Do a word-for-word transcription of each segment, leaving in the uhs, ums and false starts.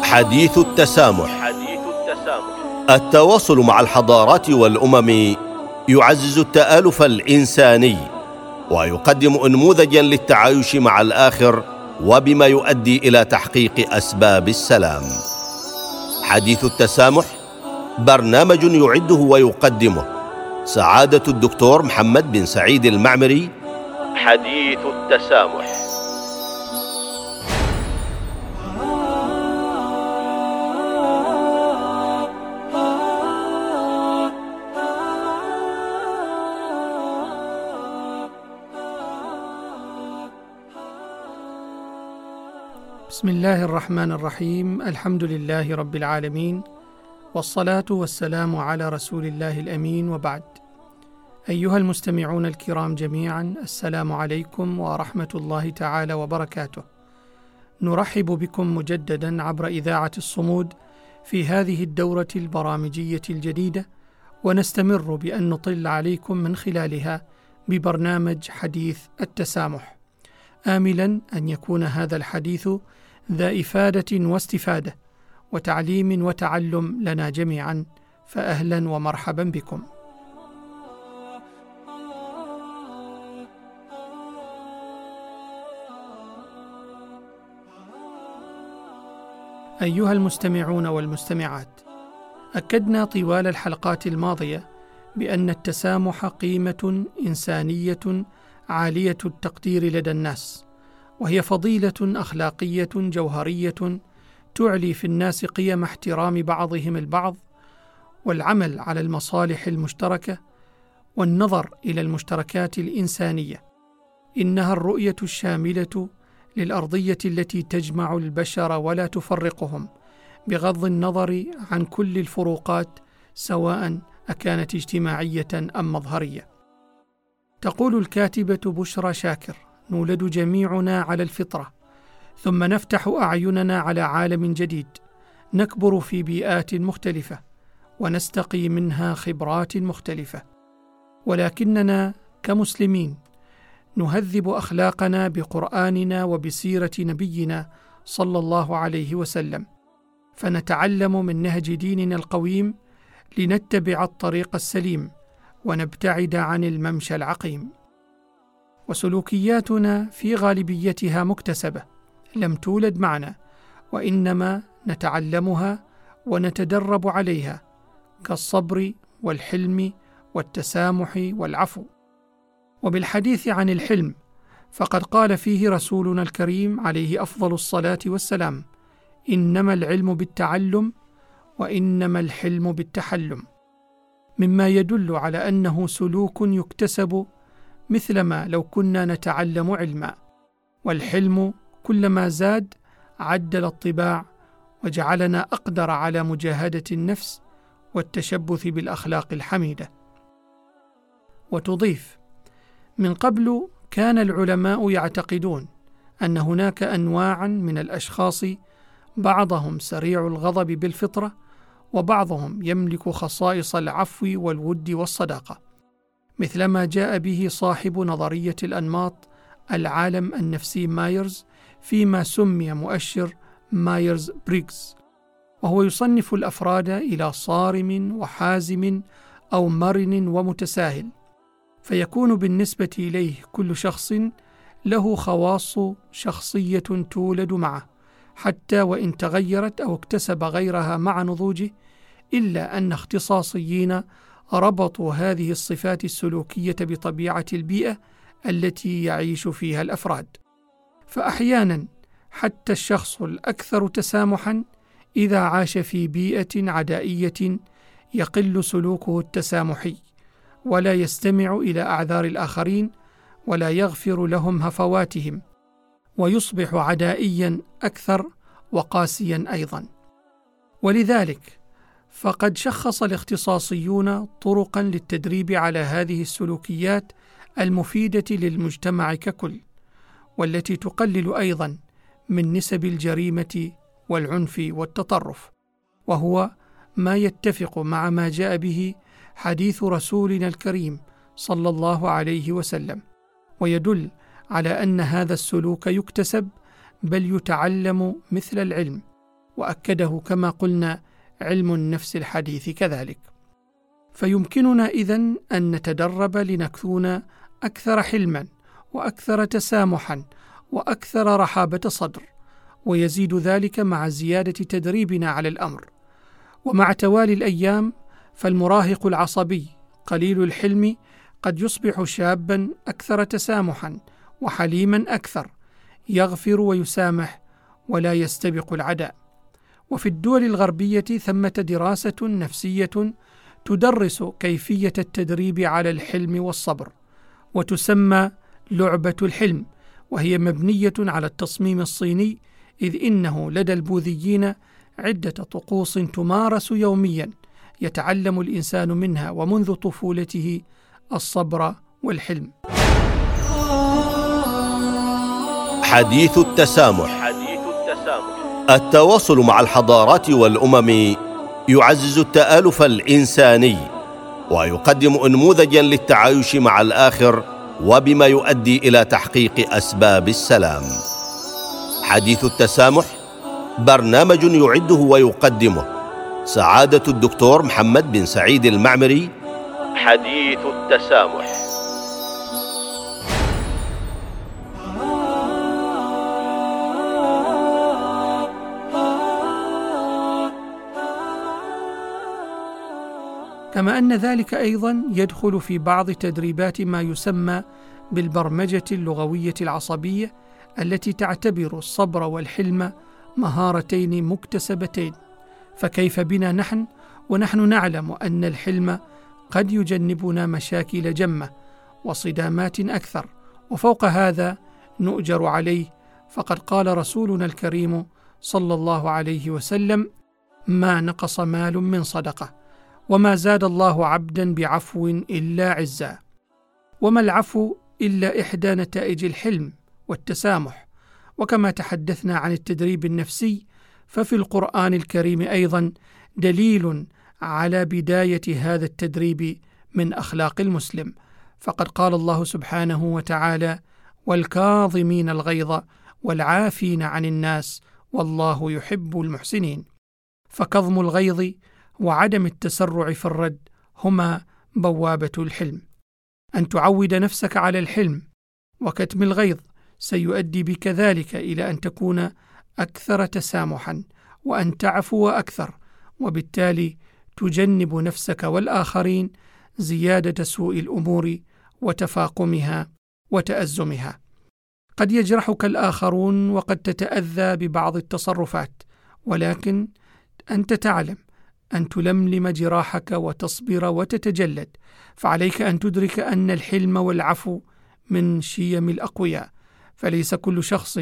حديث التسامح. حديث التسامح. التواصل مع الحضارات والأمم يعزز التآلف الإنساني ويقدم أنموذجا للتعايش مع الآخر وبما يؤدي إلى تحقيق أسباب السلام. حديث التسامح برنامج يعده ويقدمه سعادة الدكتور محمد بن سعيد المعمري. حديث التسامح. بسم الله الرحمن الرحيم. الحمد لله رب العالمين، والصلاة والسلام على رسول الله الأمين، وبعد. أيها المستمعون الكرام جميعا، السلام عليكم ورحمة الله تعالى وبركاته. نرحب بكم مجددا عبر إذاعة الصمود في هذه الدورة البرامجية الجديدة، ونستمر بأن نطل عليكم من خلالها ببرنامج حديث التسامح، آملا أن يكون هذا الحديث ذا إفادة واستفادة وتعليم وتعلم لنا جميعا، فأهلا ومرحبا بكم. أيها المستمعون والمستمعات، أكدنا طوال الحلقات الماضية بأن التسامح قيمة إنسانية عالية التقدير لدى الناس، وهي فضيلة أخلاقية جوهرية تعلي في الناس قيم احترام بعضهم البعض، والعمل على المصالح المشتركة، والنظر إلى المشتركات الإنسانية. إنها الرؤية الشاملة للأرضية التي تجمع البشر ولا تفرقهم، بغض النظر عن كل الفروقات، سواء أكانت اجتماعية أم مظهرية. تقول الكاتبة بشرى شاكر: نولد جميعنا على الفطرة، ثم نفتح أعيننا على عالم جديد، نكبر في بيئات مختلفة ونستقي منها خبرات مختلفة، ولكننا كمسلمين نهذب أخلاقنا بقرآننا وبسيرة نبينا صلى الله عليه وسلم، فنتعلم من نهج ديننا القويم لنتبع الطريق السليم ونبتعد عن الممشى العقيم. وسلوكياتنا في غالبيتها مكتسبة، لم تولد معنا، وإنما نتعلمها ونتدرب عليها، كالصبر والحلم والتسامح والعفو. وبالحديث عن الحلم، فقد قال فيه رسولنا الكريم عليه أفضل الصلاة والسلام: إنما العلم بالتعلم وإنما الحلم بالتحلم، مما يدل على أنه سلوك يكتسب مثلما لو كنا نتعلم علما. والحلم كلما زاد عدل الطباع وجعلنا أقدر على مجاهدة النفس والتشبث بالأخلاق الحميدة. وتضيف: من قبل كان العلماء يعتقدون أن هناك أنواعا من الأشخاص، بعضهم سريع الغضب بالفطرة، وبعضهم يملك خصائص العفو والود والصداقة، مثلما جاء به صاحب نظرية الأنماط العالم النفسي مايرز فيما سمي مؤشر مايرز بريغز، وهو يصنف الأفراد إلى صارم وحازم أو مرن ومتساهل، فيكون بالنسبة إليه كل شخص له خواص شخصية تولد معه، حتى وإن تغيرت أو اكتسب غيرها مع نضوجه، إلا أن اختصاصيين ربطوا هذه الصفات السلوكية بطبيعة البيئة التي يعيش فيها الأفراد. فأحيانا حتى الشخص الأكثر تسامحا إذا عاش في بيئة عدائية يقل سلوكه التسامحي، ولا يستمع إلى أعذار الآخرين، ولا يغفر لهم هفواتهم، ويصبح عدائيا أكثر وقاسيا أيضا. ولذلك فقد شخص الاختصاصيون طرقا للتدريب على هذه السلوكيات المفيدة للمجتمع ككل، والتي تقلل أيضا من نسب الجريمة والعنف والتطرف، وهو ما يتفق مع ما جاء به حديث رسولنا الكريم صلى الله عليه وسلم، ويدل على أن هذا السلوك يكتسب بل يتعلم مثل العلم، وأكده كما قلنا علم النفس الحديث كذلك. فيمكننا إذن أن نتدرب لنكون أكثر حلما وأكثر تسامحا وأكثر رحابة صدر، ويزيد ذلك مع زيادة تدريبنا على الأمر. ومع توالي الأيام فالمراهق العصبي قليل الحلم قد يصبح شابا أكثر تسامحا وحليما أكثر، يغفر ويسامح ولا يستبق العداء. وفي الدول الغربية ثمة دراسة نفسية تدرس كيفية التدريب على الحلم والصبر، وتسمى لعبة الحلم، وهي مبنية على التصميم الصيني، إذ إنه لدى البوذيين عدة طقوس تمارس يوميا يتعلم الإنسان منها ومنذ طفولته الصبر والحلم. حديث التسامح. حديث التسامح. التواصل مع الحضارات والأمم يعزز التآلف الإنساني ويقدم أنموذجا للتعايش مع الآخر، وبما يؤدي إلى تحقيق أسباب السلام. حديث التسامح برنامج يعده ويقدمه سعادة الدكتور محمد بن سعيد المعمري. حديث التسامح. كما أن ذلك أيضا يدخل في بعض تدريبات ما يسمى بالبرمجة اللغوية العصبية، التي تعتبر الصبر والحلم مهارتين مكتسبتين. فكيف بنا نحن ونحن نعلم أن الحلم قد يجنبنا مشاكل جمة وصدامات أكثر، وفوق هذا نؤجر عليه، فقد قال رسولنا الكريم صلى الله عليه وسلم: ما نقص مال من صدقة، وما زاد الله عبدا بعفو إلا عزا. وما العفو إلا إحدى نتائج الحلم والتسامح. وكما تحدثنا عن التدريب النفسي، ففي القرآن الكريم أيضا دليل على بداية هذا التدريب من أخلاق المسلم، فقد قال الله سبحانه وتعالى: والكاظمين الغيظ والعافين عن الناس والله يحب المحسنين. فكظم الغيظ وعدم التسرع في الرد هما بوابة الحلم. أن تعود نفسك على الحلم وكتم الغيظ سيؤدي بك ذلك إلى أن تكون أكثر تسامحا وأن تعفو أكثر، وبالتالي تجنب نفسك والآخرين زيادة سوء الأمور وتفاقمها وتأزمها. قد يجرحك الآخرون وقد تتأذى ببعض التصرفات، ولكن أنت تعلم أن تلملم جراحك وتصبر وتتجلد، فعليك أن تدرك أن الحلم والعفو من شيم الأقوياء، فليس كل شخص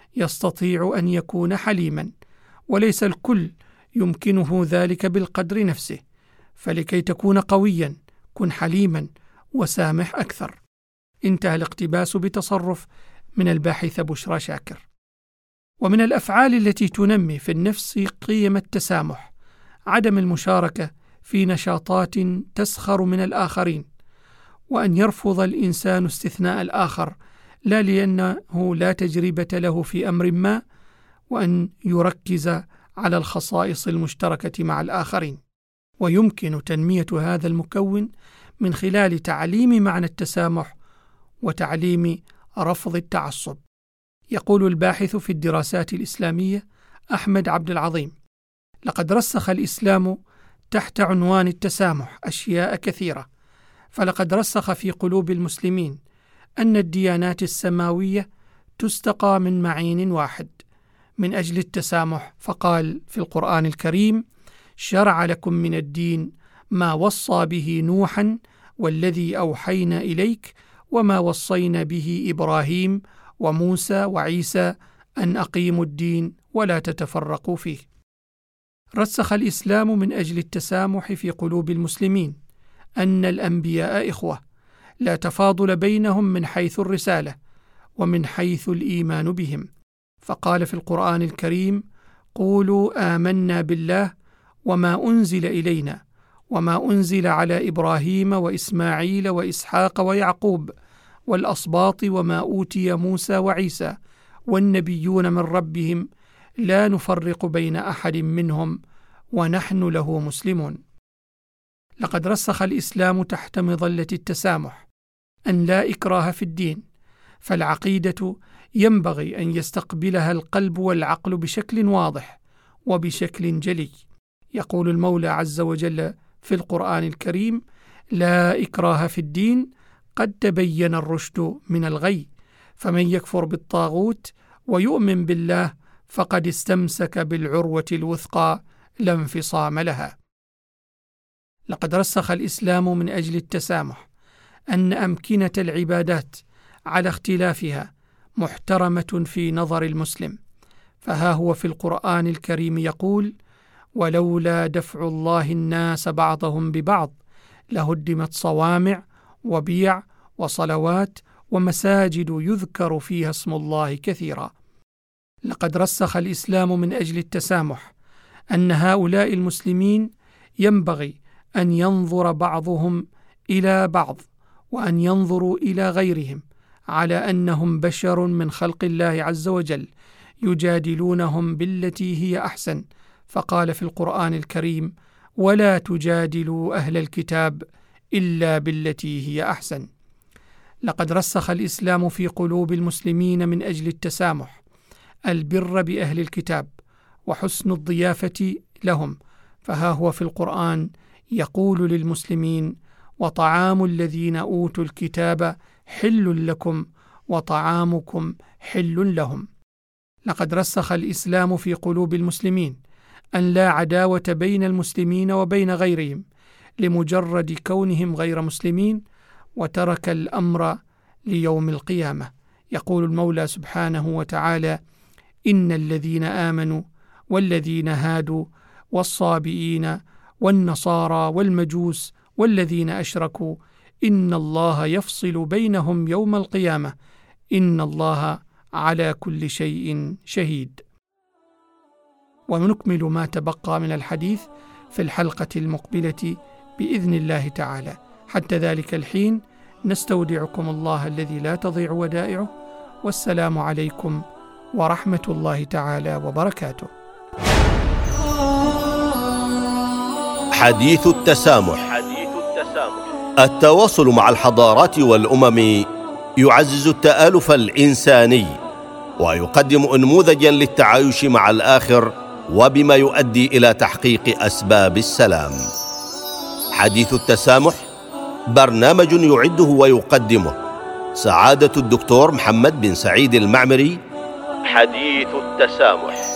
يستطيع أن يكون حليما، وليس الكل يمكنه ذلك بالقدر نفسه. فلكي تكون قويا كن حليما وسامح أكثر. انتهى الاقتباس بتصرف من الباحثة بشرى شاكر. ومن الأفعال التي تنمي في النفس قيم التسامح عدم المشاركة في نشاطات تسخر من الآخرين، وأن يرفض الإنسان استثناء الآخر لا لأنه لا تجربة له في أمر ما، وأن يركز على الخصائص المشتركة مع الآخرين. ويمكن تنمية هذا المكون من خلال تعليم معنى التسامح وتعليم رفض التعصب. يقول الباحث في الدراسات الإسلامية أحمد عبد العظيم: لقد رسخ الإسلام تحت عنوان التسامح أشياء كثيرة، فلقد رسخ في قلوب المسلمين أن الديانات السماوية تستقى من معين واحد من أجل التسامح، فقال في القرآن الكريم: شرع لكم من الدين ما وصى به نوحا والذي أوحينا إليك وما وصينا به إبراهيم وموسى وعيسى أن أقيموا الدين ولا تتفرقوا فيه. رسخ الإسلام من أجل التسامح في قلوب المسلمين أن الأنبياء إخوة لا تفاضل بينهم من حيث الرسالة ومن حيث الإيمان بهم، فقال في القرآن الكريم: قولوا آمنا بالله وما أنزل إلينا وما أنزل على إبراهيم وإسماعيل وإسحاق ويعقوب والأسباط وما أوتي موسى وعيسى والنبيون من ربهم لا نفرق بين أحد منهم ونحن له مسلمون. لقد رسخ الإسلام تحت مظلة التسامح أن لا إكراه في الدين، فالعقيدة ينبغي أن يستقبلها القلب والعقل بشكل واضح وبشكل جلي. يقول المولى عز وجل في القرآن الكريم: لا إكراه في الدين قد تبين الرشد من الغي، فمن يكفر بالطاغوت ويؤمن بالله فقد استمسك بالعروة الوثقى لا انفصام لها. لقد رسخ الإسلام من أجل التسامح أن أمكنة العبادات على اختلافها محترمة في نظر المسلم، فها هو في القرآن الكريم يقول: ولولا دفع الله الناس بعضهم ببعض لهدمت صوامع وبيع وصلوات ومساجد يذكر فيها اسم الله كثيرا. لقد رسخ الإسلام من أجل التسامح أن هؤلاء المسلمين ينبغي أن ينظر بعضهم إلى بعض وأن ينظروا إلى غيرهم على أنهم بشر من خلق الله عز وجل يجادلونهم بالتي هي أحسن، فقال في القرآن الكريم: ولا تجادلوا أهل الكتاب إلا بالتي هي أحسن. لقد رسخ الإسلام في قلوب المسلمين من أجل التسامح البر بأهل الكتاب وحسن الضيافة لهم، فها هو في القرآن يقول للمسلمين: وطعام الذين أوتوا الكتاب حل لكم وطعامكم حل لهم. لقد رسخ الإسلام في قلوب المسلمين أن لا عداوة بين المسلمين وبين غيرهم لمجرد كونهم غير مسلمين، وترك الأمر ليوم القيامة. يقول المولى سبحانه وتعالى: إن الذين آمنوا والذين هادوا والصابئين والنصارى والمجوس والذين أشركوا إن الله يفصل بينهم يوم القيامة إن الله على كل شيء شهيد. ونكمل ما تبقى من الحديث في الحلقة المقبلة بإذن الله تعالى. حتى ذلك الحين نستودعكم الله الذي لا تضيع ودائعه، والسلام عليكم ورحمة الله تعالى وبركاته. حديث التسامح. التواصل مع الحضارات والأمم يعزز التآلف الإنساني ويقدم أنموذجا للتعايش مع الآخر، وبما يؤدي إلى تحقيق أسباب السلام. حديث التسامح برنامج يعده ويقدمه سعادة الدكتور محمد بن سعيد المعمري. حديث التسامح.